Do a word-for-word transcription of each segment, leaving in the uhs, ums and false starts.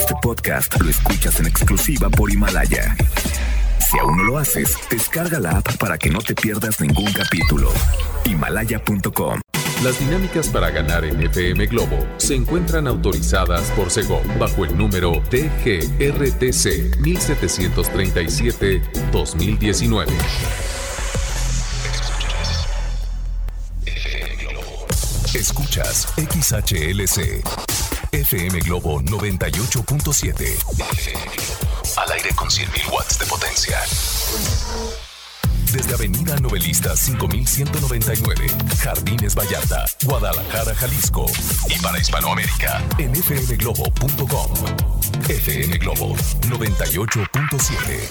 Este podcast lo escuchas en exclusiva por Himalaya. Si aún no lo haces, descarga la app para que no te pierdas ningún capítulo. Himalaya punto com. Las dinámicas para ganar en F M Globo se encuentran autorizadas por Segov bajo el número T G R T C mil setecientos treinta y siete dos mil diecinueve. Escuchas X H L C F M Globo noventa y ocho punto siete. Al aire con cien mil watts de potencia. Desde Avenida Novelista cinco mil ciento noventa y nueve, Jardines Vallarta, Guadalajara, Jalisco. Y para Hispanoamérica, en F M Globo punto com. F M Globo noventa y ocho punto siete.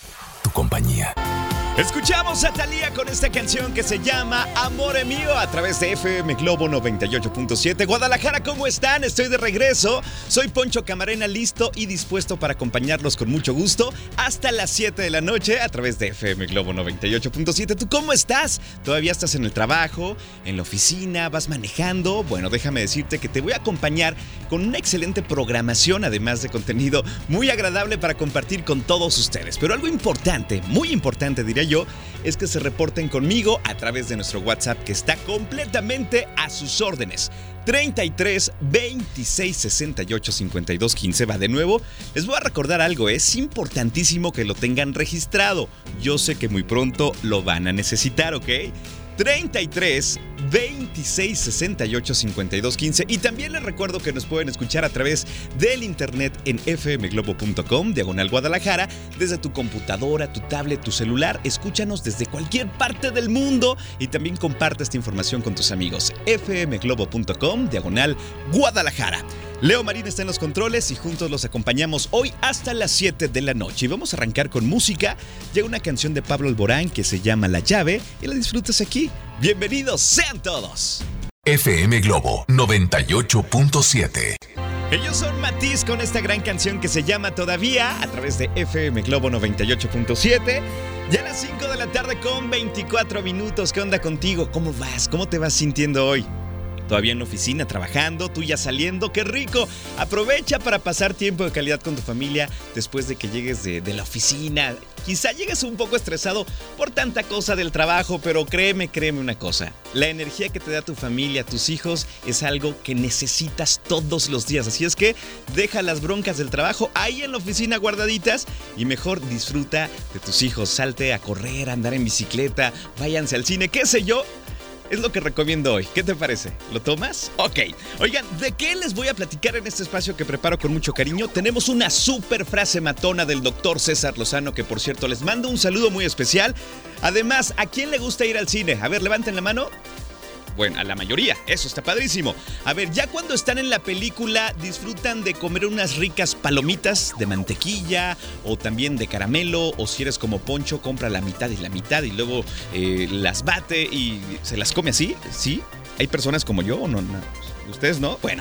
Tu compañía. Escuchamos a Thalía con esta canción que se llama Amore Mío a través de F M Globo noventa y ocho punto siete. Guadalajara, ¿cómo están? Estoy de regreso. Soy Poncho Camarena, listo y dispuesto para acompañarlos con mucho gusto hasta las siete de la noche a través de F M Globo noventa y ocho punto siete. ¿Tú cómo estás? ¿Todavía estás en el trabajo? ¿En la oficina? ¿Vas manejando? Bueno, déjame decirte que te voy a acompañar con una excelente programación, además de contenido muy agradable para compartir con todos ustedes. Pero algo importante, muy importante diría yo, es que se reporten conmigo a través de nuestro WhatsApp, que está completamente a sus órdenes. treinta y tres, veintiséis, sesenta y ocho, cincuenta y dos, quince. Va de nuevo. Les voy a recordar algo, es importantísimo que lo tengan registrado. Yo sé que muy pronto lo van a necesitar, ¿ok? treinta y tres, veintiséis, sesenta y ocho, cincuenta y dos, quince. Y también les recuerdo que nos pueden escuchar a través del internet en f m globo punto com, diagonal Guadalajara, desde tu computadora, tu tablet, tu celular. Escúchanos desde cualquier parte del mundo y también comparte esta información con tus amigos. f m globo punto com, diagonal Guadalajara. Leo Marín está en los controles y juntos los acompañamos hoy hasta las siete de la noche. Y vamos a arrancar con música. Llega una canción de Pablo Alborán que se llama La Llave y la disfrutas aquí. Bienvenidos sean todos. F M Globo noventa y ocho punto siete. Ellos son Matiz con esta gran canción que se llama Todavía a través de F M Globo noventa y ocho punto siete. Ya a las cinco de la tarde con veinticuatro minutos. ¿Qué onda contigo? ¿Cómo vas? ¿Cómo te vas sintiendo hoy? ¿Todavía en la oficina trabajando? ¿Tú ya saliendo? ¡Qué rico! Aprovecha para pasar tiempo de calidad con tu familia después de que llegues de, de la oficina. Quizá llegues un poco estresado por tanta cosa del trabajo, pero créeme, créeme una cosa. La energía que te da tu familia, tus hijos, es algo que necesitas todos los días. Así es que deja las broncas del trabajo ahí en la oficina guardaditas y mejor disfruta de tus hijos. Salte a correr, a andar en bicicleta, váyanse al cine, qué sé yo. Es lo que recomiendo hoy. ¿Qué te parece? ¿Lo tomas? Ok. Oigan, ¿de qué les voy a platicar en este espacio que preparo con mucho cariño? Tenemos una súper frase matona del doctor César Lozano, que por cierto les mando un saludo muy especial. Además, ¿a quién le gusta ir al cine? A ver, levanten la mano. Bueno, a la mayoría, eso está padrísimo. A ver, ya cuando están en la película, disfrutan de comer unas ricas palomitas de mantequilla o también de caramelo, o si eres como Poncho, compra la mitad y la mitad y luego eh, las bate y se las come así, ¿sí? ¿Hay personas como yo o no? no? ¿Ustedes no? Bueno.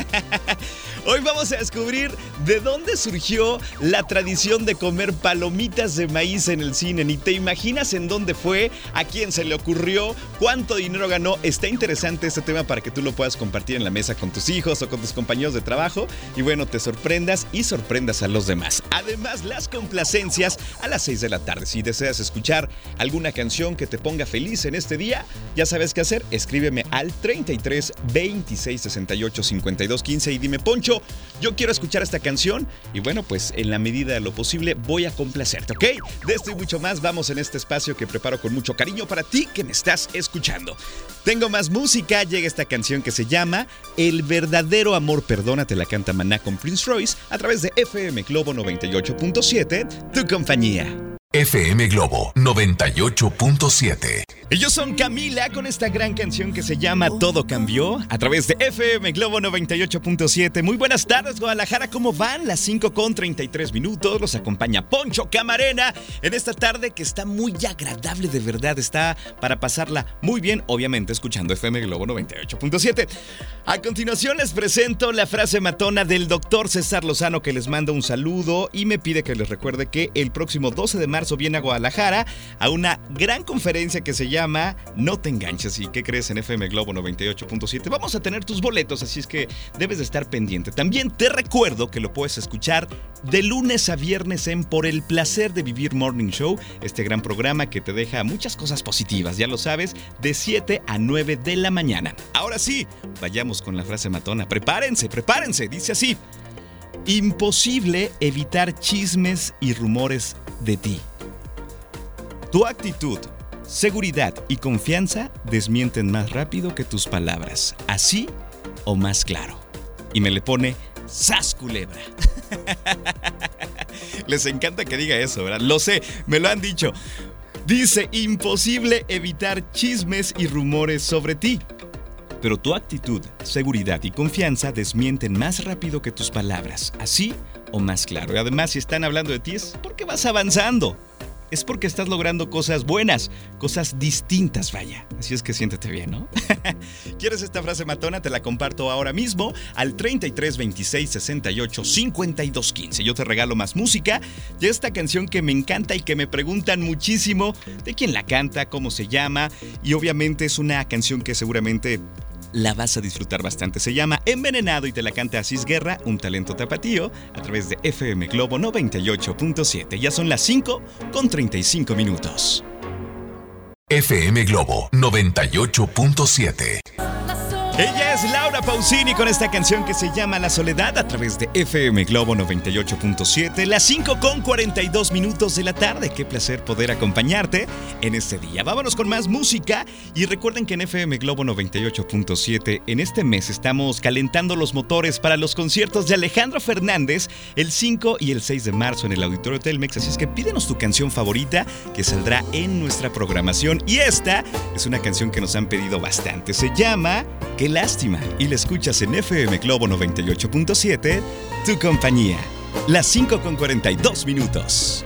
Hoy vamos a descubrir de dónde surgió la tradición de comer palomitas de maíz en el cine. Ni te imaginas en dónde fue, a quién se le ocurrió, cuánto dinero ganó. Está interesante este tema para que tú lo puedas compartir en la mesa con tus hijos o con tus compañeros de trabajo. Y bueno, te sorprendas y sorprendas a los demás. Además, las complacencias a las seis de la tarde. Si deseas escuchar alguna canción que te ponga feliz en este día, ya sabes qué hacer. Escríbeme al treinta y tres, veintiséis, sesenta y ocho, cincuenta y dos, quince y dime, Poncho, yo quiero escuchar esta canción y bueno, pues en la medida de lo posible voy a complacerte, ¿ok? De esto y mucho más vamos en este espacio que preparo con mucho cariño para ti que me estás escuchando. Tengo más música, llega esta canción que se llama El verdadero amor perdona, te la canta Maná con Prince Royce a través de F M Globo noventa y ocho punto siete, tu compañía. F M Globo noventa y ocho punto siete. Ellos son Camila con esta gran canción que se llama Todo Cambió a través de F M Globo noventa y ocho punto siete. Muy buenas tardes, Guadalajara, ¿cómo van? Las cinco con treinta y tres minutos. Los acompaña Poncho Camarena en esta tarde que está muy agradable, de verdad. Está para pasarla muy bien, obviamente escuchando F M Globo noventa y ocho punto siete. A continuación les presento la frase matona del doctor César Lozano, que les manda un saludo y me pide que les recuerde que el próximo doce de marzo marzo viene a Guadalajara a una gran conferencia que se llama No te enganches. ¿Y qué crees? En F M Globo noventa y ocho punto siete vamos a tener tus boletos, así es que debes de estar pendiente. También te recuerdo que lo puedes escuchar de lunes a viernes en Por el Placer de Vivir Morning Show, este gran programa que te deja muchas cosas positivas, ya lo sabes, de siete a nueve de la mañana. Ahora sí, vayamos con la frase matona. Prepárense, prepárense, dice así: imposible evitar chismes y rumores de ti. Tu actitud, seguridad y confianza desmienten más rápido que tus palabras, así o más claro. Y me le pone ¡sas, culebra! Les encanta que diga eso, ¿verdad? Lo sé, me lo han dicho. Dice, imposible evitar chismes y rumores sobre ti. Pero tu actitud, seguridad y confianza desmienten más rápido que tus palabras, así o más claro. Y además, si están hablando de ti es porque vas avanzando. Es porque estás logrando cosas buenas, cosas distintas, vaya. Así es que siéntete bien, ¿no? ¿Quieres esta frase matona? Te la comparto ahora mismo al treinta y tres veintiséis sesenta y ocho cincuenta y dos quince. Yo te regalo más música y esta canción que me encanta y que me preguntan muchísimo de quién la canta, cómo se llama, y obviamente es una canción que seguramente la vas a disfrutar bastante. Se llama Envenenado y te la canta Asís Guerra, un talento tapatío, a través de F M Globo noventa y ocho punto siete. Ya son las cinco con treinta y cinco minutos. F M Globo noventa y ocho punto siete. Ella es Laura Pausini con esta canción que se llama La Soledad a través de F M Globo noventa y ocho punto siete. Las cinco con cuarenta y dos minutos de la tarde. Qué placer poder acompañarte en este día. Vámonos con más música y recuerden que en F M Globo noventa y ocho punto siete en este mes estamos calentando los motores para los conciertos de Alejandro Fernández el cinco y el seis de marzo en el Auditorio Telmex. Así es que pídenos tu canción favorita que saldrá en nuestra programación. Y esta es una canción que nos han pedido bastante. Se llama Qué lástima, y la escuchas en F M Globo noventa y ocho punto siete, tu compañía. Las cinco con cuarenta y dos minutos.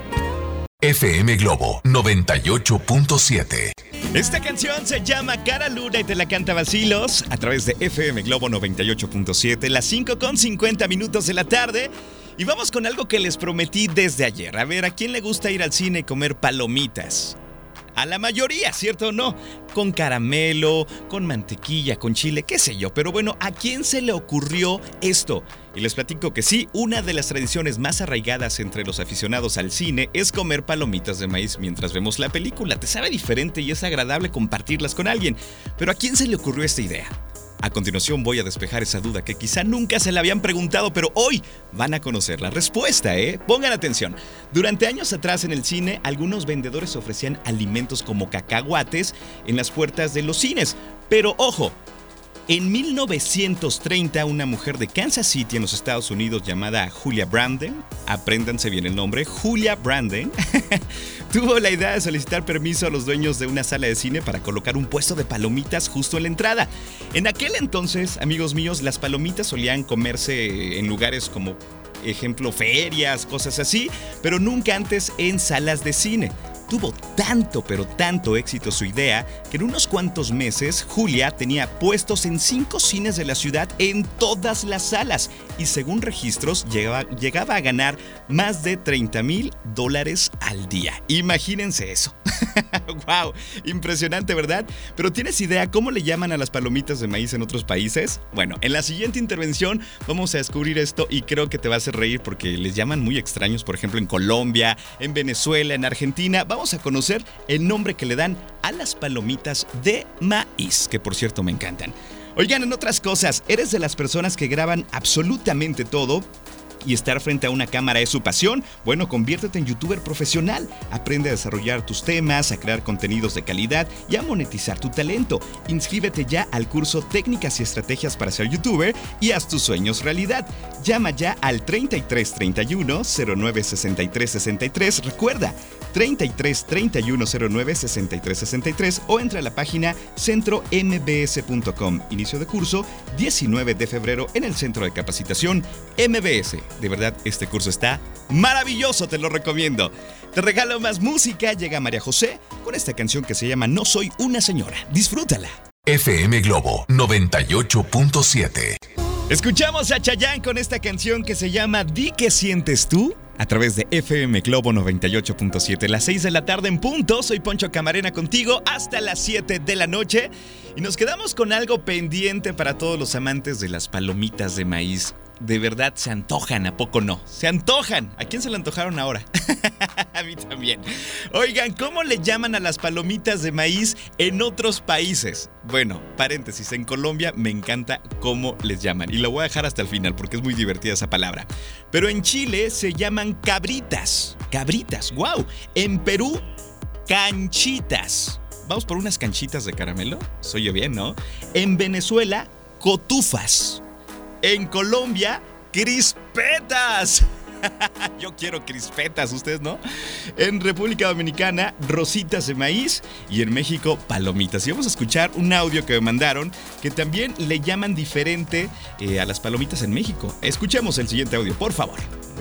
F M Globo noventa y ocho punto siete. Esta canción se llama Cara Luna y te la canta Basilos a través de F M Globo noventa y ocho punto siete. Las cinco con cincuenta minutos de la tarde. Y vamos con algo que les prometí desde ayer. A ver, ¿a quién le gusta ir al cine y comer palomitas? A la mayoría, ¿cierto o no? Con caramelo, con mantequilla, con chile, qué sé yo. Pero bueno, ¿a quién se le ocurrió esto? Y les platico que sí, una de las tradiciones más arraigadas entre los aficionados al cine es comer palomitas de maíz mientras vemos la película. Te sabe diferente y es agradable compartirlas con alguien. Pero ¿a quién se le ocurrió esta idea? A continuación voy a despejar esa duda que quizá nunca se le habían preguntado, pero hoy van a conocer la respuesta, ¿eh? Pongan atención. Durante años atrás en el cine, algunos vendedores ofrecían alimentos como cacahuates en las puertas de los cines. Pero ojo, en mil novecientos treinta, una mujer de Kansas City en los Estados Unidos llamada Julia Branden, apréndanse bien el nombre, Julia Branden, tuvo la idea de solicitar permiso a los dueños de una sala de cine para colocar un puesto de palomitas justo en la entrada. En aquel entonces, amigos míos, las palomitas solían comerse en lugares como, ejemplo, ferias, cosas así, pero nunca antes en salas de cine. Tuvo tanto, pero tanto éxito su idea que en unos cuantos meses Julia tenía puestos en cinco cines de la ciudad en todas las salas y según registros llegaba, llegaba a ganar más de treinta mil dólares al día. Imagínense eso. ¡Wow! Impresionante, ¿verdad? Pero ¿tienes idea cómo le llaman a las palomitas de maíz en otros países? Bueno, en la siguiente intervención vamos a descubrir esto y creo que te va a hacer reír porque les llaman muy extraños, por ejemplo, en Colombia, en Venezuela, en Argentina. Vamos a conocer el nombre que le dan a las palomitas de maíz, que por cierto me encantan. Oigan, en otras cosas, ¿eres de las personas que graban absolutamente todo? ¿Y estar frente a una cámara es su pasión? Bueno, conviértete en youtuber profesional. Aprende a desarrollar tus temas, a crear contenidos de calidad y a monetizar tu talento. Inscríbete ya al curso Técnicas y Estrategias para ser youtuber y haz tus sueños realidad. Llama ya al treinta y tres treinta y uno cero nueve sesenta y tres sesenta y tres. Recuerda, treinta y tres treinta y uno cero nueve sesenta y tres sesenta y tres o entra a la página centro m b s punto com. Inicio de curso diecinueve de febrero en el Centro de Capacitación M B S. De verdad, este curso está maravilloso, te lo recomiendo. Te regalo más música, llega María José con esta canción que se llama No Soy Una Señora. Disfrútala. F M Globo noventa y ocho punto siete. Escuchamos a Chayanne con esta canción que se llama Di que sientes tú. a través de F M Globo noventa y ocho punto siete. Las seis de la tarde en punto. Soy Poncho Camarena contigo hasta las siete de la noche. Y nos quedamos con algo pendiente para todos los amantes de las palomitas de maíz. De verdad se antojan, ¿a poco no? Se antojan. ¿A quién se le antojaron ahora? A mí también. Oigan, ¿cómo le llaman a las palomitas de maíz en otros países? Bueno, paréntesis, en Colombia me encanta cómo les llaman. Y lo voy a dejar hasta el final porque es muy divertida esa palabra. Pero en Chile se llaman cabritas. Cabritas, wow. En Perú, canchitas. Vamos por unas canchitas de caramelo. Se oye bien, ¿no? En Venezuela, cotufas. En Colombia, crispetas. Yo quiero crispetas, ¿ustedes no? En República Dominicana, rositas de maíz. Y en México, palomitas. Y vamos a escuchar un audio que me mandaron que también le llaman diferente eh, a las palomitas en México. Escuchemos el siguiente audio, por favor.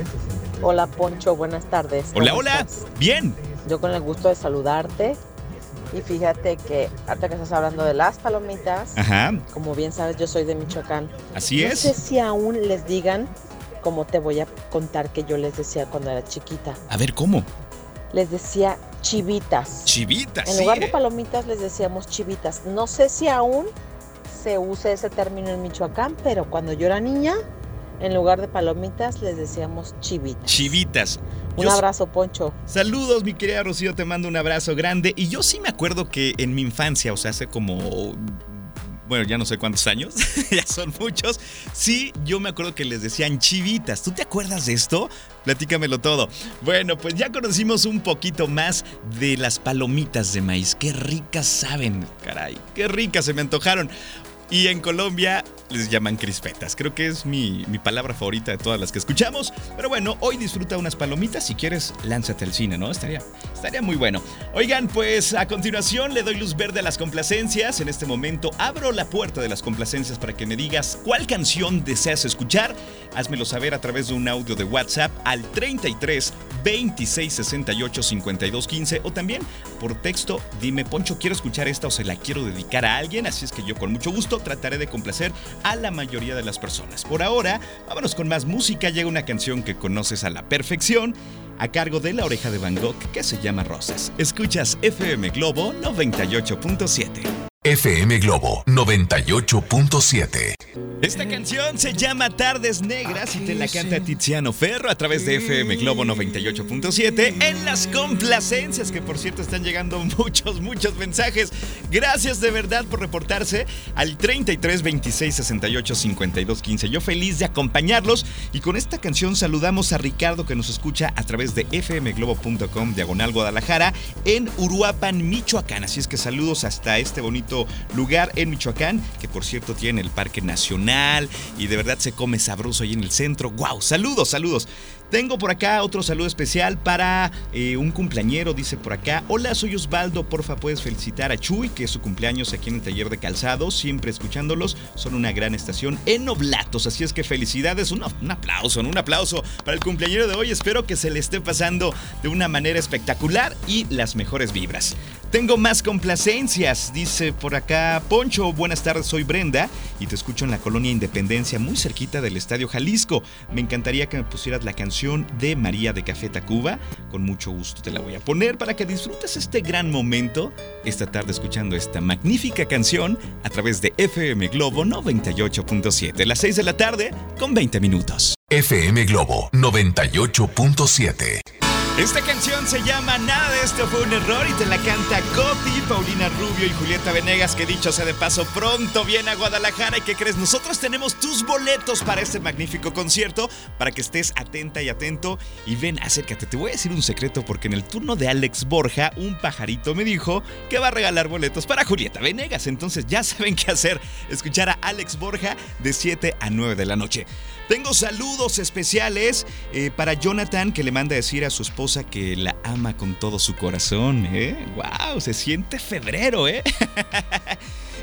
Hola, Poncho, buenas tardes. Hola, hola. Estás? Bien. Yo con el gusto de saludarte. Y fíjate que ahorita que estás hablando de las palomitas, ajá, como bien sabes, yo soy de Michoacán. Así no es. No sé si aún les digan, como te voy a contar que yo les decía cuando era chiquita. A ver, ¿cómo? Les decía chivitas. Chivitas, En sí, lugar eh. de palomitas les decíamos chivitas. No sé si aún se use ese término en Michoacán, pero cuando yo era niña, en lugar de palomitas les decíamos chivitas. Chivitas. Un Yo abrazo, Poncho. Saludos, mi querida Rocío, te mando un abrazo grande. Y yo sí me acuerdo que en mi infancia, o sea, hace como... Bueno, ya no sé cuántos años, ya son muchos. Sí, yo me acuerdo que les decían chivitas. ¿Tú te acuerdas de esto? Platícamelo todo. Bueno, pues ya conocimos un poquito más de las palomitas de maíz. Qué ricas saben, caray. Qué ricas se me antojaron. Y en Colombia les llaman crispetas. Creo que es mi, mi palabra favorita de todas las que escuchamos. Pero bueno, hoy disfruta unas palomitas. Si quieres, lánzate al cine, ¿no? Estaría, estaría muy bueno. Oigan, pues a continuación le doy luz verde a las complacencias. En este momento abro la puerta de las complacencias para que me digas cuál canción deseas escuchar. Házmelo saber a través de un audio de WhatsApp al treinta y tres, veintiséis, sesenta y ocho, cincuenta y dos, quince. O también por texto, dime, Poncho, quiero escuchar esta o se la quiero dedicar a alguien. Así es que yo con mucho gusto trataré de complacer a la mayoría de las personas. Por ahora, vámonos con más música. Llega una canción que conoces a la perfección, a cargo de La Oreja de Van Gogh, que se llama Rosas. Escuchas F M Globo noventa y ocho punto siete. F M Globo noventa y ocho punto siete. Esta canción se llama Tardes Negras y te la canta Tiziano Ferro a través de F M Globo noventa y ocho punto siete en las complacencias, que por cierto están llegando muchos, muchos mensajes. Gracias de verdad por reportarse al treinta y tres, veintiséis, sesenta y ocho, cincuenta y dos, quince. Yo feliz de acompañarlos y con esta canción saludamos a Ricardo, que nos escucha a través de f m globo punto com diagonal Guadalajara en Uruapan, Michoacán. Así es que saludos hasta este bonito lugar en Michoacán, que por cierto tiene el Parque Nacional y de verdad se come sabroso ahí en el centro. ¡Wow! Saludos, saludos. Tengo por acá otro saludo especial para eh, un cumpleañero, dice por acá. Hola, soy Osvaldo, porfa puedes felicitar a Chuy, que es su cumpleaños aquí en el taller de calzado, siempre escuchándolos, son una gran estación en Oblatos, así es que felicidades, un, un aplauso, un aplauso para el cumpleañero de hoy, espero que se le esté pasando de una manera espectacular y las mejores vibras. Tengo más complacencias, dice por acá Poncho, buenas tardes, soy Brenda y te escucho en la colonia Independencia, muy cerquita del Estadio Jalisco. Me encantaría que me pusieras la canción de María de Café Tacuba, con mucho gusto te la voy a poner para que disfrutes este gran momento esta tarde escuchando esta magnífica canción a través de F M Globo noventa y ocho punto siete, las seis de la tarde con veinte minutos. F M Globo noventa y ocho punto siete. Esta canción se llama Nada de esto fue un error y te la canta Coti, Paulina Rubio y Julieta Venegas, que dicho sea de paso pronto viene a Guadalajara. ¿Y qué crees? Nosotros tenemos tus boletos para este magnífico concierto para que estés atenta y atento y ven, acércate. Te voy a decir un secreto porque en el turno de Alex Borja un pajarito me dijo que va a regalar boletos para Julieta Venegas. Entonces ya saben qué hacer, escuchar a Alex Borja de siete a nueve de la noche. Tengo saludos especiales eh, para Jonathan, que le manda a decir a su esposa que la ama con todo su corazón, ¿eh? ¡Wow! Se siente febrero, ¿eh?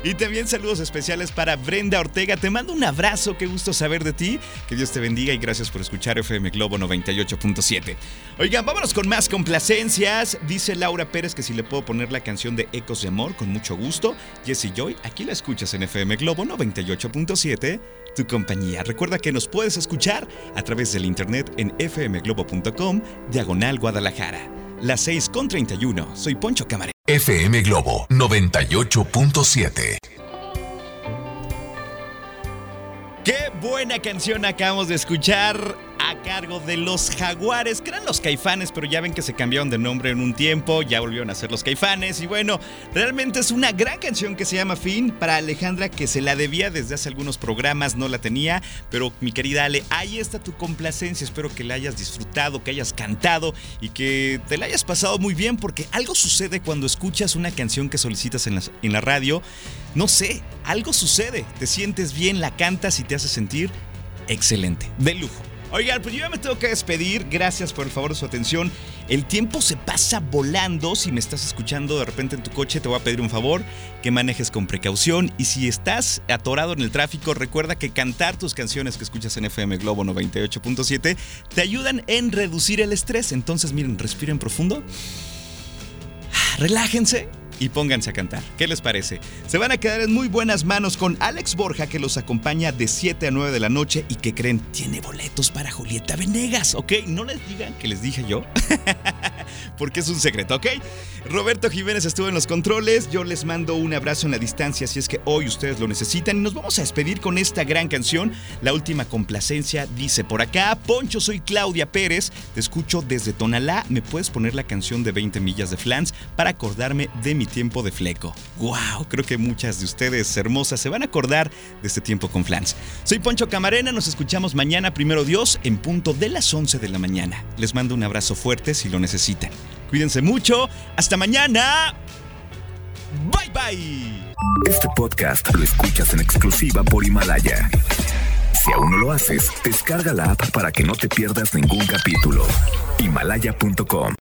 Y también saludos especiales para Brenda Ortega. Te mando un abrazo, qué gusto saber de ti. Que Dios te bendiga y gracias por escuchar F M Globo noventa y ocho punto siete. Oigan, vámonos con más complacencias. Dice Laura Pérez que si le puedo poner la canción de Ecos de Amor, con mucho gusto. Jessie Joy, aquí la escuchas en F M Globo noventa y ocho punto siete, tu compañía. Recuerda que nos puedes escuchar a través del internet en f m globo punto com, diagonal Guadalajara. Las seis con treinta y uno. Soy Poncho Camarena. F M Globo noventa y ocho punto siete. Qué buena canción acabamos de escuchar a cargo de los Jaguares, que eran los Caifanes, pero ya ven que se cambiaron de nombre en un tiempo, ya volvieron a ser los Caifanes. Y bueno, realmente es una gran canción que se llama Fin, para Alejandra, que se la debía desde hace algunos programas, no la tenía. Pero mi querida Ale, ahí está tu complacencia. Espero que la hayas disfrutado, que hayas cantado y que te la hayas pasado muy bien, porque algo sucede cuando escuchas una canción que solicitas en la, en la radio. No sé, algo sucede, te sientes bien, la cantas y te hace sentir excelente, de lujo. Oigan, pues yo ya me tengo que despedir. Gracias por el favor de su atención. El tiempo se pasa volando. Si me estás escuchando de repente en tu coche, te voy a pedir un favor, que manejes con precaución. Y si estás atorado en el tráfico, recuerda que cantar tus canciones que escuchas en F M Globo noventa y ocho punto siete te ayudan en reducir el estrés. Entonces, miren, respiren profundo, relájense y pónganse a cantar. ¿Qué les parece? Se van a quedar en muy buenas manos con Alex Borja, que los acompaña de siete a nueve de la noche y que creen, tiene boletos para Julieta Venegas, ¿ok? No les digan que les dije yo, porque es un secreto, ¿ok? Roberto Jiménez estuvo en los controles. Yo les mando un abrazo en la distancia si es que hoy ustedes lo necesitan. Y nos vamos a despedir con esta gran canción. La última complacencia dice por acá: Poncho, soy Claudia Pérez, te escucho desde Tonalá. ¿Me puedes poner la canción de veinte millas de Flans para acordarme de mi tiempo de fleco? Wow, creo que muchas de ustedes hermosas se van a acordar de este tiempo con Flans. Soy Poncho Camarena, nos escuchamos mañana, primero Dios, en punto de las once de la mañana. Les mando un abrazo fuerte si lo necesitan. Cuídense mucho, hasta mañana. Bye bye. Este podcast lo escuchas en exclusiva por Himalaya. Si aún no lo haces, descarga la app para que no te pierdas ningún capítulo. Himalaya punto com